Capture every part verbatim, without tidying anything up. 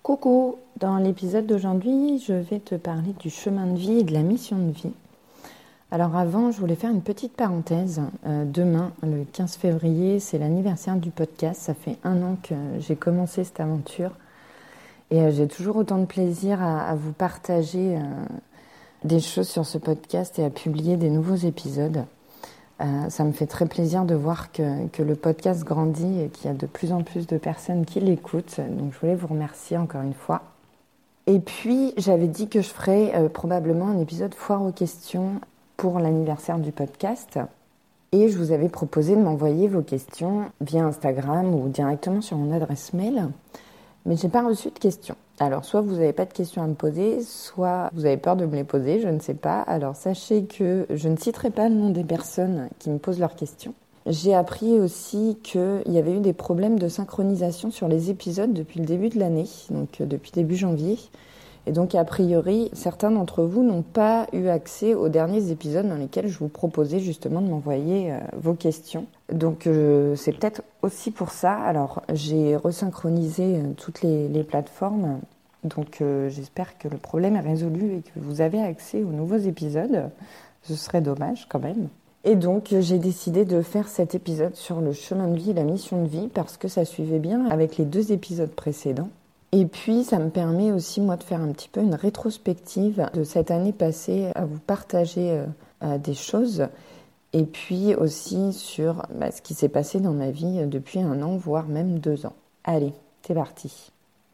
Coucou, dans l'épisode d'aujourd'hui, je vais te parler du chemin de vie et de la mission de vie. Alors avant, je voulais faire une petite parenthèse. Euh, demain, le quinze février, c'est l'anniversaire du podcast. Ça fait un an que j'ai commencé cette aventure. Et euh, j'ai toujours autant de plaisir à, à vous partager euh, des choses sur ce podcast et à publier des nouveaux épisodes. Euh, ça me fait très plaisir de voir que, que le podcast grandit et qu'il y a de plus en plus de personnes qui l'écoutent. Donc je voulais vous remercier encore une fois. Et puis j'avais dit que je ferais euh, probablement un épisode foire aux questions pour l'anniversaire du podcast. Et je vous avais proposé de m'envoyer vos questions via Instagram ou directement sur mon adresse mail. Mais je n'ai pas reçu de questions. Alors, soit vous n'avez pas de questions à me poser, soit vous avez peur de me les poser, je ne sais pas. Alors, sachez que je ne citerai pas le nom des personnes qui me posent leurs questions. J'ai appris aussi qu'il y avait eu des problèmes de synchronisation sur les épisodes depuis le début de l'année, donc depuis début janvier. Et donc, a priori, certains d'entre vous n'ont pas eu accès aux derniers épisodes dans lesquels je vous proposais justement de m'envoyer euh, vos questions. Donc, euh, c'est peut-être aussi pour ça. Alors, j'ai resynchronisé euh, toutes les, les plateformes. Donc, euh, j'espère que le problème est résolu et que vous avez accès aux nouveaux épisodes. Ce serait dommage quand même. Et donc, j'ai décidé de faire cet épisode sur le chemin de vie et la mission de vie parce que ça suivait bien avec les deux épisodes précédents. Et puis, ça me permet aussi, moi, de faire un petit peu une rétrospective de cette année passée, à vous partager euh, euh, des choses, et puis aussi sur bah, ce qui s'est passé dans ma vie depuis un an, voire même deux ans. Allez, c'est parti.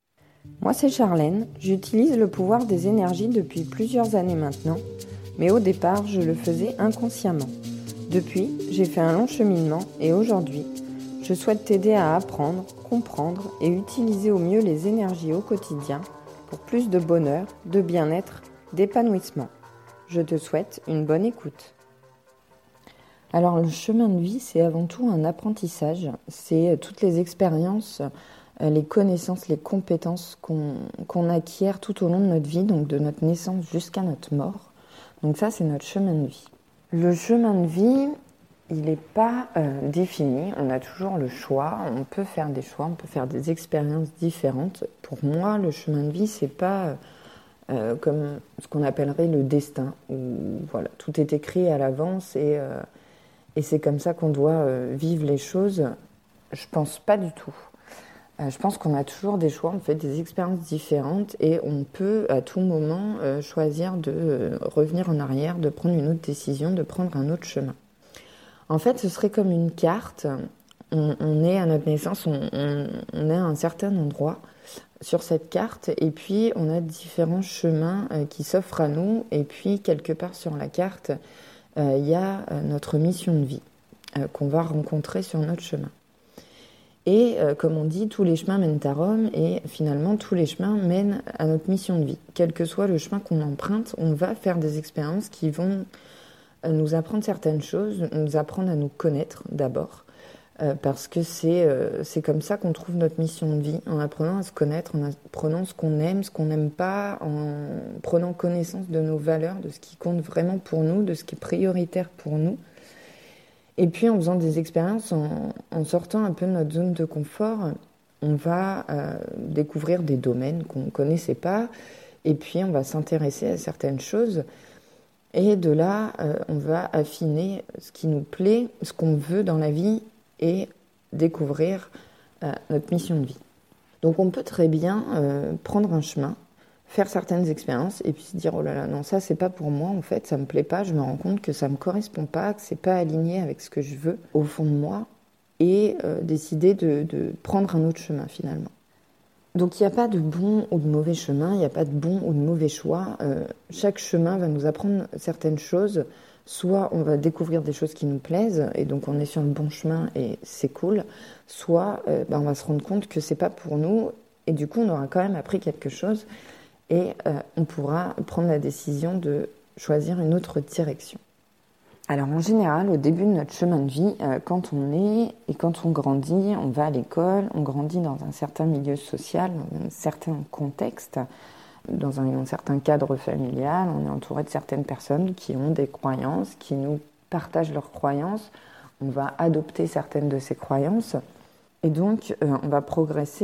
Moi, c'est Charlène. J'utilise le pouvoir des énergies depuis plusieurs années maintenant, mais au départ, je le faisais inconsciemment. Depuis, j'ai fait un long cheminement, et aujourd'hui, je souhaite t'aider à apprendre, comprendre et utiliser au mieux les énergies au quotidien pour plus de bonheur, de bien-être, d'épanouissement. Je te souhaite une bonne écoute. Alors le chemin de vie, c'est avant tout un apprentissage. C'est toutes les expériences, les connaissances, les compétences qu'on, qu'on acquiert tout au long de notre vie, donc de notre naissance jusqu'à notre mort. Donc ça, c'est notre chemin de vie. Le chemin de vie, il n'est pas euh, défini, on a toujours le choix, on peut faire des choix, on peut faire des expériences différentes. Pour moi, le chemin de vie, c'est pas euh, comme ce qu'on appellerait le destin, où voilà, tout est écrit à l'avance et, euh, et c'est comme ça qu'on doit euh, vivre les choses. Je pense pas du tout. Euh, je pense qu'on a toujours des choix, on fait des expériences différentes et on peut à tout moment euh, choisir de euh, revenir en arrière, de prendre une autre décision, de prendre un autre chemin. En fait, ce serait comme une carte. On, on est à notre naissance, on, on, on est à un certain endroit sur cette carte, et puis on a différents chemins euh, qui s'offrent à nous, et puis quelque part sur la carte, il euh, y a euh, notre mission de vie euh, qu'on va rencontrer sur notre chemin. Et euh, comme on dit, tous les chemins mènent à Rome, et finalement tous les chemins mènent à notre mission de vie. Quel que soit le chemin qu'on emprunte, on va faire des expériences qui vont nous apprendre certaines choses, nous apprendre à nous connaître d'abord, euh, parce que c'est, euh, c'est comme ça qu'on trouve notre mission de vie, en apprenant à se connaître, en apprenant ce qu'on aime, ce qu'on n'aime pas, en prenant connaissance de nos valeurs, de ce qui compte vraiment pour nous, de ce qui est prioritaire pour nous. Et puis en faisant des expériences, en, en sortant un peu de notre zone de confort, on va euh, découvrir des domaines qu'on ne connaissait pas, et puis on va s'intéresser à certaines choses. Et de là, euh, on va affiner ce qui nous plaît, ce qu'on veut dans la vie et découvrir euh, notre mission de vie. Donc on peut très bien euh, prendre un chemin, faire certaines expériences et puis se dire « Oh là là, non, ça c'est pas pour moi, en fait, ça me plaît pas, je me rends compte que ça me correspond pas, que c'est pas aligné avec ce que je veux au fond de moi » et euh, décider de, de prendre un autre chemin finalement. Donc il n'y a pas de bon ou de mauvais chemin, il n'y a pas de bon ou de mauvais choix. Euh, chaque chemin va nous apprendre certaines choses. Soit on va découvrir des choses qui nous plaisent et donc on est sur le bon chemin et c'est cool. Soit euh, ben, on va se rendre compte que c'est pas pour nous et du coup on aura quand même appris quelque chose et euh, on pourra prendre la décision de choisir une autre direction. Alors en général, au début de notre chemin de vie, euh, quand on est et quand on grandit, on va à l'école, on grandit dans un certain milieu social, dans un certain contexte, dans un, un certain cadre familial, on est entouré de certaines personnes qui ont des croyances, qui nous partagent leurs croyances, on va adopter certaines de ces croyances et donc euh, on va progresser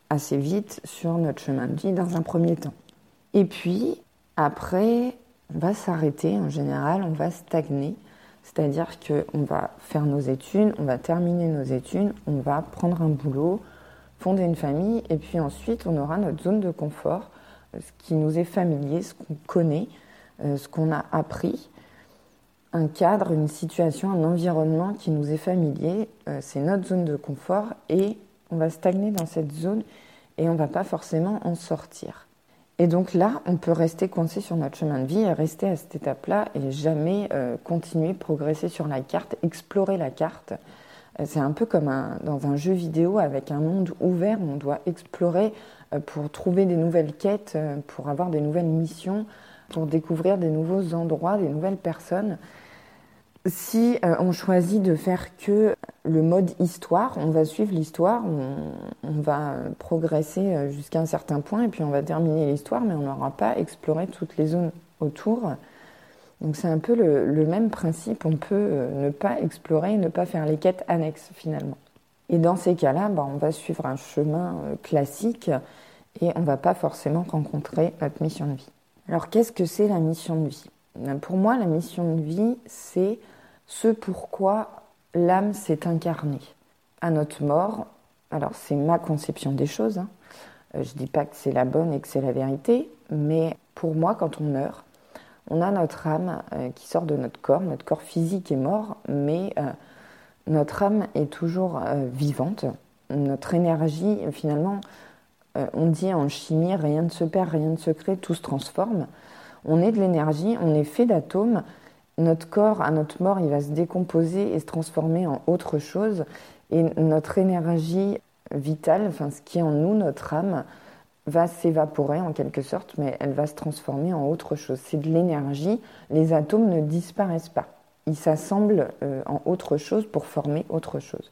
assez vite sur notre chemin de vie dans un premier temps. Et puis, après, on va s'arrêter en général, on va stagner. C'est-à-dire qu'on va faire nos études, on va terminer nos études, on va prendre un boulot, fonder une famille, et puis ensuite on aura notre zone de confort, ce qui nous est familier, ce qu'on connaît, ce qu'on a appris, un cadre, une situation, un environnement qui nous est familier, c'est notre zone de confort, et on va stagner dans cette zone et on ne va pas forcément en sortir. Et donc là, on peut rester coincé sur notre chemin de vie et rester à cette étape-là et jamais euh, continuer, progresser sur la carte, explorer la carte. Euh, c'est un peu comme un, dans un jeu vidéo avec un monde ouvert où on doit explorer euh, pour trouver des nouvelles quêtes, euh, pour avoir des nouvelles missions, pour découvrir des nouveaux endroits, des nouvelles personnes. Si euh, on choisit de faire que le mode histoire, on va suivre l'histoire, on, on va progresser jusqu'à un certain point et puis on va terminer l'histoire, mais on n'aura pas exploré toutes les zones autour. Donc c'est un peu le, le même principe, on peut euh, ne pas explorer, ne pas faire les quêtes annexes finalement. Et dans ces cas-là, bah, on va suivre un chemin euh, classique et on ne va pas forcément rencontrer notre mission de vie. Alors qu'est-ce que c'est la mission de vie ? Pour moi, la mission de vie, c'est ce pourquoi l'âme s'est incarnée. À notre mort, alors c'est ma conception des choses, hein. Je ne dis pas que c'est la bonne et que c'est la vérité, mais pour moi, quand on meurt, on a notre âme euh, qui sort de notre corps, notre corps physique est mort, mais euh, notre âme est toujours euh, vivante. Notre énergie, finalement, euh, on dit en chimie, rien ne se perd, rien ne se crée, tout se transforme. On est de l'énergie, on est fait d'atomes. Notre corps, à notre mort, il va se décomposer et se transformer en autre chose. Et notre énergie vitale, enfin ce qui est en nous, notre âme, va s'évaporer en quelque sorte, mais elle va se transformer en autre chose. C'est de l'énergie. Les atomes ne disparaissent pas. Ils s'assemblent euh, en autre chose pour former autre chose.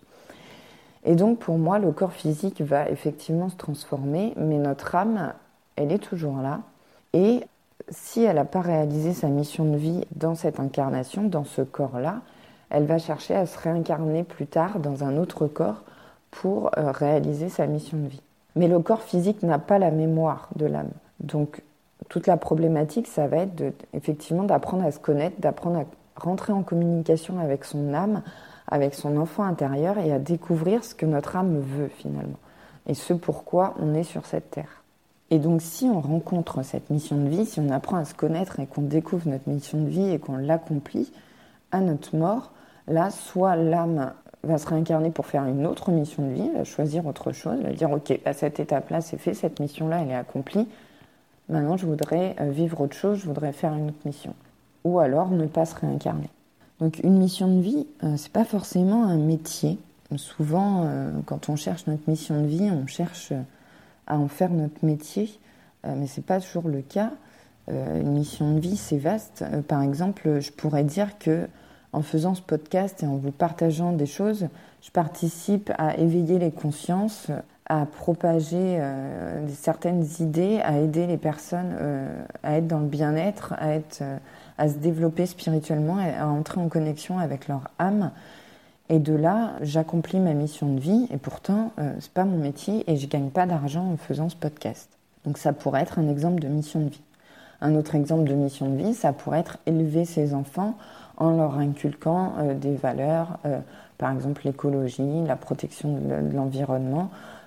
Et donc pour moi, le corps physique va effectivement se transformer, mais notre âme, elle est toujours là. Et si elle n'a pas réalisé sa mission de vie dans cette incarnation, dans ce corps-là, elle va chercher à se réincarner plus tard dans un autre corps pour euh, réaliser sa mission de vie. Mais le corps physique n'a pas la mémoire de l'âme. Donc toute la problématique, ça va être de, effectivement d'apprendre à se connaître, d'apprendre à rentrer en communication avec son âme, avec son enfant intérieur et à découvrir ce que notre âme veut finalement. Et ce pourquoi on est sur cette terre. Et donc, si on rencontre cette mission de vie, si on apprend à se connaître et qu'on découvre notre mission de vie et qu'on l'accomplit, à notre mort, là, soit l'âme va se réincarner pour faire une autre mission de vie, elle va choisir autre chose, elle va dire « Ok, à cette étape-là, c'est fait, cette mission-là, elle est accomplie. Maintenant, je voudrais vivre autre chose, je voudrais faire une autre mission. » Ou alors, ne pas se réincarner. Donc, une mission de vie, euh, c'est pas forcément un métier. Souvent, euh, quand on cherche notre mission de vie, on cherche à en faire notre métier, euh, mais c'est pas toujours le cas. Euh, une mission de vie, c'est vaste. Euh, par exemple, je pourrais dire que en faisant ce podcast et en vous partageant des choses, je participe à éveiller les consciences, à propager euh, certaines idées, à aider les personnes euh, à être dans le bien-être, à être, euh, à se développer spirituellement, à entrer en connexion avec leur âme. Et de là, j'accomplis ma mission de vie et pourtant, euh, c'est pas mon métier et je gagne pas d'argent en faisant ce podcast. Donc ça pourrait être un exemple de mission de vie. Un autre exemple de mission de vie, ça pourrait être élever ses enfants en leur inculquant euh, des valeurs, euh, par exemple l'écologie, la protection de, de l'environnement.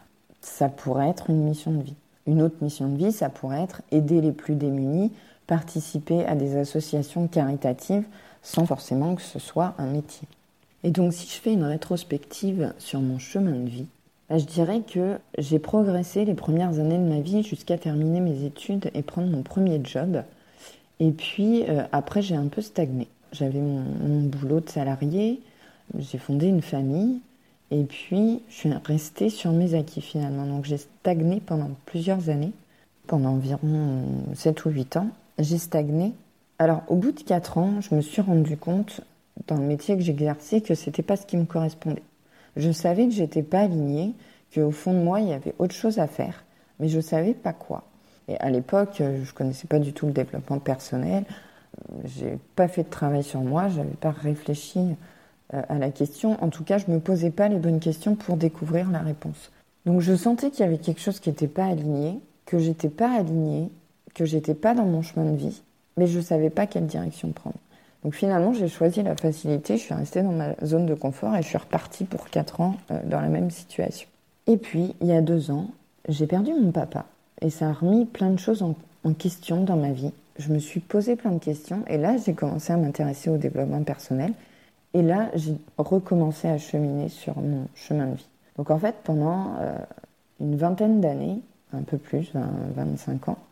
Ça pourrait être une mission de vie. Une autre mission de vie, ça pourrait être aider les plus démunis, participer à des associations caritatives sans forcément que ce soit un métier. Et donc, si je fais une rétrospective sur mon chemin de vie, là, je dirais que j'ai progressé les premières années de ma vie jusqu'à terminer mes études et prendre mon premier job. Et puis, euh, après, j'ai un peu stagné. J'avais mon, mon boulot de salarié, j'ai fondé une famille, et puis je suis restée sur mes acquis finalement. Donc, j'ai stagné pendant plusieurs années, pendant environ sept ou huit ans. J'ai stagné. Alors, au bout de quatre ans, je me suis rendu compte dans le métier que j'exerçais, que c'était pas ce qui me correspondait. Je savais que j'étais pas alignée, qu'au fond de moi, il y avait autre chose à faire, mais je savais pas quoi. Et à l'époque, je connaissais pas du tout le développement personnel, j'ai pas fait de travail sur moi, j'avais pas réfléchi à la question. En tout cas, je me posais pas les bonnes questions pour découvrir la réponse. Donc je sentais qu'il y avait quelque chose qui n'était pas aligné, que j'étais pas alignée, que j'étais pas dans mon chemin de vie, mais je savais pas quelle direction prendre. Donc finalement, j'ai choisi la facilité, je suis restée dans ma zone de confort et je suis repartie pour quatre ans euh, dans la même situation. Et puis, il y a deux ans, j'ai perdu mon papa et ça a remis plein de choses en, en question dans ma vie. Je me suis posé plein de questions et là, j'ai commencé à m'intéresser au développement personnel et là, j'ai recommencé à cheminer sur mon chemin de vie. Donc en fait, pendant euh, une vingtaine d'années, un peu plus, vingt, vingt-cinq ans,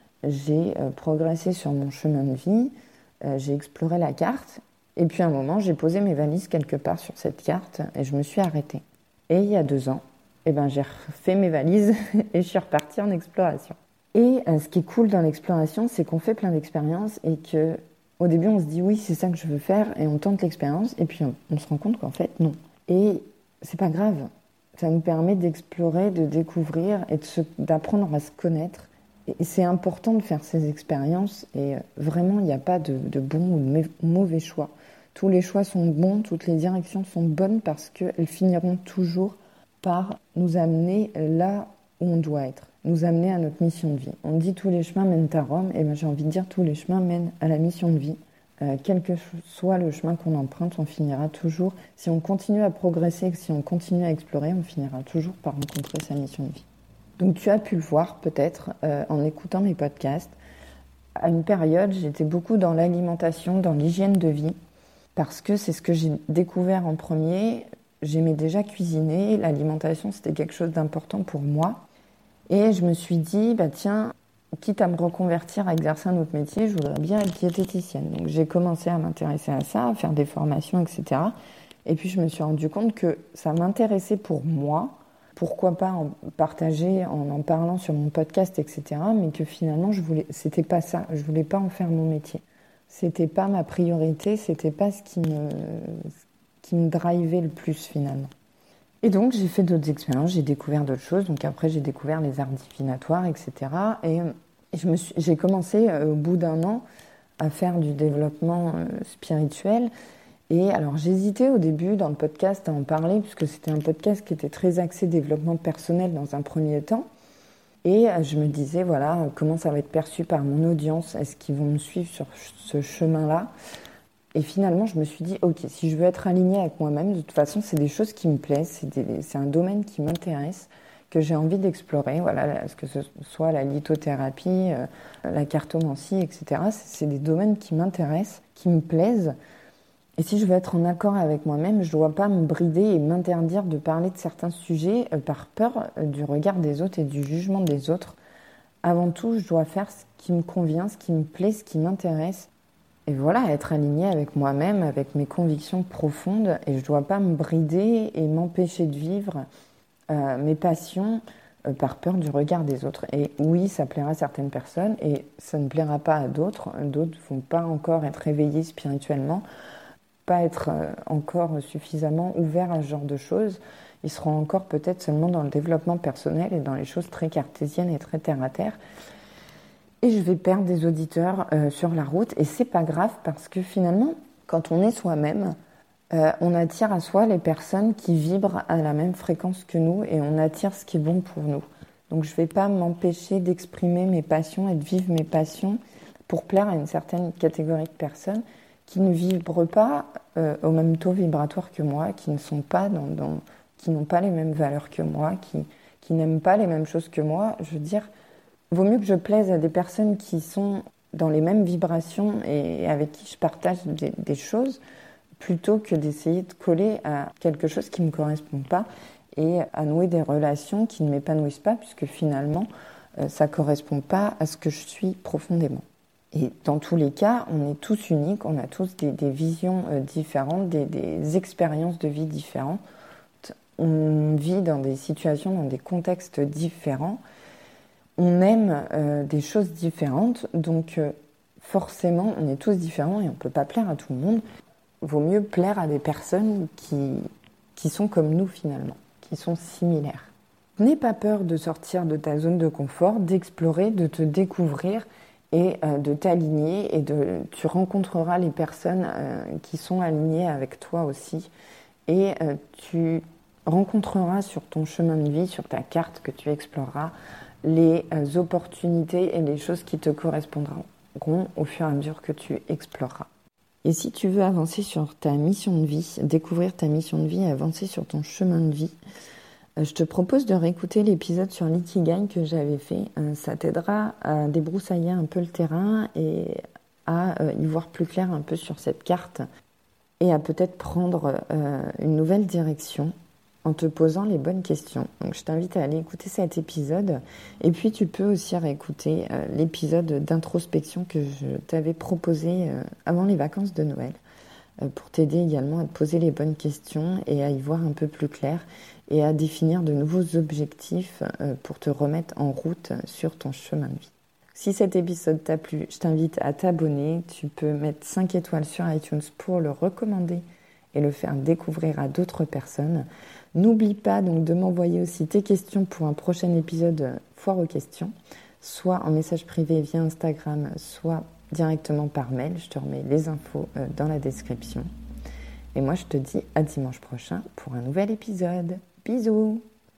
j'ai euh, progressé sur mon chemin de vie. Euh, j'ai exploré la carte et puis à un moment j'ai posé mes valises quelque part sur cette carte et je me suis arrêtée. Et il y a deux ans, eh ben, j'ai refait mes valises et je suis repartie en exploration. Et euh, ce qui est cool dans l'exploration, c'est qu'on fait plein d'expériences et que au début on se dit oui c'est ça que je veux faire et on tente l'expérience et puis on, on se rend compte qu'en fait non. Et c'est pas grave, ça nous permet d'explorer, de découvrir et de se, d'apprendre à se connaître. Et c'est important de faire ces expériences et vraiment, il n'y a pas de, de bon ou de mauvais choix. Tous les choix sont bons, toutes les directions sont bonnes parce qu'elles finiront toujours par nous amener là où on doit être, nous amener à notre mission de vie. On dit tous les chemins mènent à Rome, et ben j'ai envie de dire tous les chemins mènent à la mission de vie. Euh, quel que soit le chemin qu'on emprunte, on finira toujours, si on continue à progresser, si on continue à explorer, on finira toujours par rencontrer sa mission de vie. Donc tu as pu le voir peut-être euh, en écoutant mes podcasts. À une période, j'étais beaucoup dans l'alimentation, dans l'hygiène de vie, parce que c'est ce que j'ai découvert en premier. J'aimais déjà cuisiner, l'alimentation c'était quelque chose d'important pour moi. Et je me suis dit, bah tiens, quitte à me reconvertir, à exercer un autre métier, je voudrais bien être diététicienne. Donc j'ai commencé à m'intéresser à ça, à faire des formations, et cetera. Et puis je me suis rendu compte que ça m'intéressait pour moi. Pourquoi pas en partager en en parlant sur mon podcast, et cetera. Mais que finalement, je voulais, c'était pas ça. Je voulais pas en faire mon métier. C'était pas ma priorité. C'était pas ce qui me, qui me drivait le plus finalement. Et donc j'ai fait d'autres expériences. J'ai découvert d'autres choses. Donc après, j'ai découvert les arts divinatoires, et cetera. Et, et je me suis, j'ai commencé euh, au bout d'un an à faire du développement euh, spirituel. Et alors j'hésitais au début dans le podcast à en parler puisque c'était un podcast qui était très axé développement personnel dans un premier temps. Et je me disais, voilà, comment ça va être perçu par mon audience? Est-ce qu'ils vont me suivre sur ce chemin-là? Et finalement, je me suis dit, ok, si je veux être alignée avec moi-même, de toute façon, c'est des choses qui me plaisent, c'est, des, c'est un domaine qui m'intéresse, que j'ai envie d'explorer, voilà, que ce soit la lithothérapie, la cartomancie, et cetera. C'est, c'est des domaines qui m'intéressent, qui me plaisent. Et si je veux être en accord avec moi-même, je ne dois pas me brider et m'interdire de parler de certains sujets par peur du regard des autres et du jugement des autres. Avant tout, je dois faire ce qui me convient, ce qui me plaît, ce qui m'intéresse. Et voilà, être alignée avec moi-même, avec mes convictions profondes. Et je ne dois pas me brider et m'empêcher de vivre euh, mes passions euh, par peur du regard des autres. Et oui, ça plaira à certaines personnes et ça ne plaira pas à d'autres. D'autres ne vont pas encore être réveillés spirituellement, pas être encore suffisamment ouverts à ce genre de choses. Ils seront encore peut-être seulement dans le développement personnel et dans les choses très cartésiennes et très terre-à-terre. Et je vais perdre des auditeurs euh, sur la route. Et c'est pas grave parce que finalement, quand on est soi-même, euh, on attire à soi les personnes qui vibrent à la même fréquence que nous et on attire ce qui est bon pour nous. Donc je vais pas m'empêcher d'exprimer mes passions et de vivre mes passions pour plaire à une certaine catégorie de personnes qui ne vibrent pas euh, au même taux vibratoire que moi, qui ne sont pas dans, dans, qui n'ont pas les mêmes valeurs que moi, qui, qui n'aiment pas les mêmes choses que moi. Je veux dire, vaut mieux que je plaise à des personnes qui sont dans les mêmes vibrations et avec qui je partage des, des choses, plutôt que d'essayer de coller à quelque chose qui ne me correspond pas et à nouer des relations qui ne m'épanouissent pas, puisque finalement, euh, ça ne correspond pas à ce que je suis profondément. Et dans tous les cas, on est tous uniques, on a tous des, des visions euh, différentes, des, des expériences de vie différentes. On vit dans des situations, dans des contextes différents. On aime euh, des choses différentes, donc euh, forcément, on est tous différents et on ne peut pas plaire à tout le monde. Il vaut mieux plaire à des personnes qui, qui sont comme nous finalement, qui sont similaires. N'aie pas peur de sortir de ta zone de confort, d'explorer, de te découvrir et euh, de t'aligner, et de, tu rencontreras les personnes euh, qui sont alignées avec toi aussi, et euh, tu rencontreras sur ton chemin de vie, sur ta carte que tu exploreras, les euh, opportunités et les choses qui te correspondront au fur et à mesure que tu exploreras. Et si tu veux avancer sur ta mission de vie, découvrir ta mission de vie et avancer sur ton chemin de vie, je te propose de réécouter l'épisode sur l'ikigai que j'avais fait. Ça t'aidera à débroussailler un peu le terrain et à y voir plus clair un peu sur cette carte et à peut-être prendre une nouvelle direction en te posant les bonnes questions. Donc je t'invite à aller écouter cet épisode et puis tu peux aussi réécouter l'épisode d'introspection que je t'avais proposé avant les vacances de Noël pour t'aider également à te poser les bonnes questions et à y voir un peu plus clair et à définir de nouveaux objectifs pour te remettre en route sur ton chemin de vie. Si cet épisode t'a plu, je t'invite à t'abonner. Tu peux mettre cinq étoiles sur iTunes pour le recommander et le faire découvrir à d'autres personnes. N'oublie pas donc de m'envoyer aussi tes questions pour un prochain épisode Foire aux questions, soit en message privé via Instagram, soit directement par mail. Je te remets les infos dans la description. Et moi, je te dis à dimanche prochain pour un nouvel épisode. Bisous!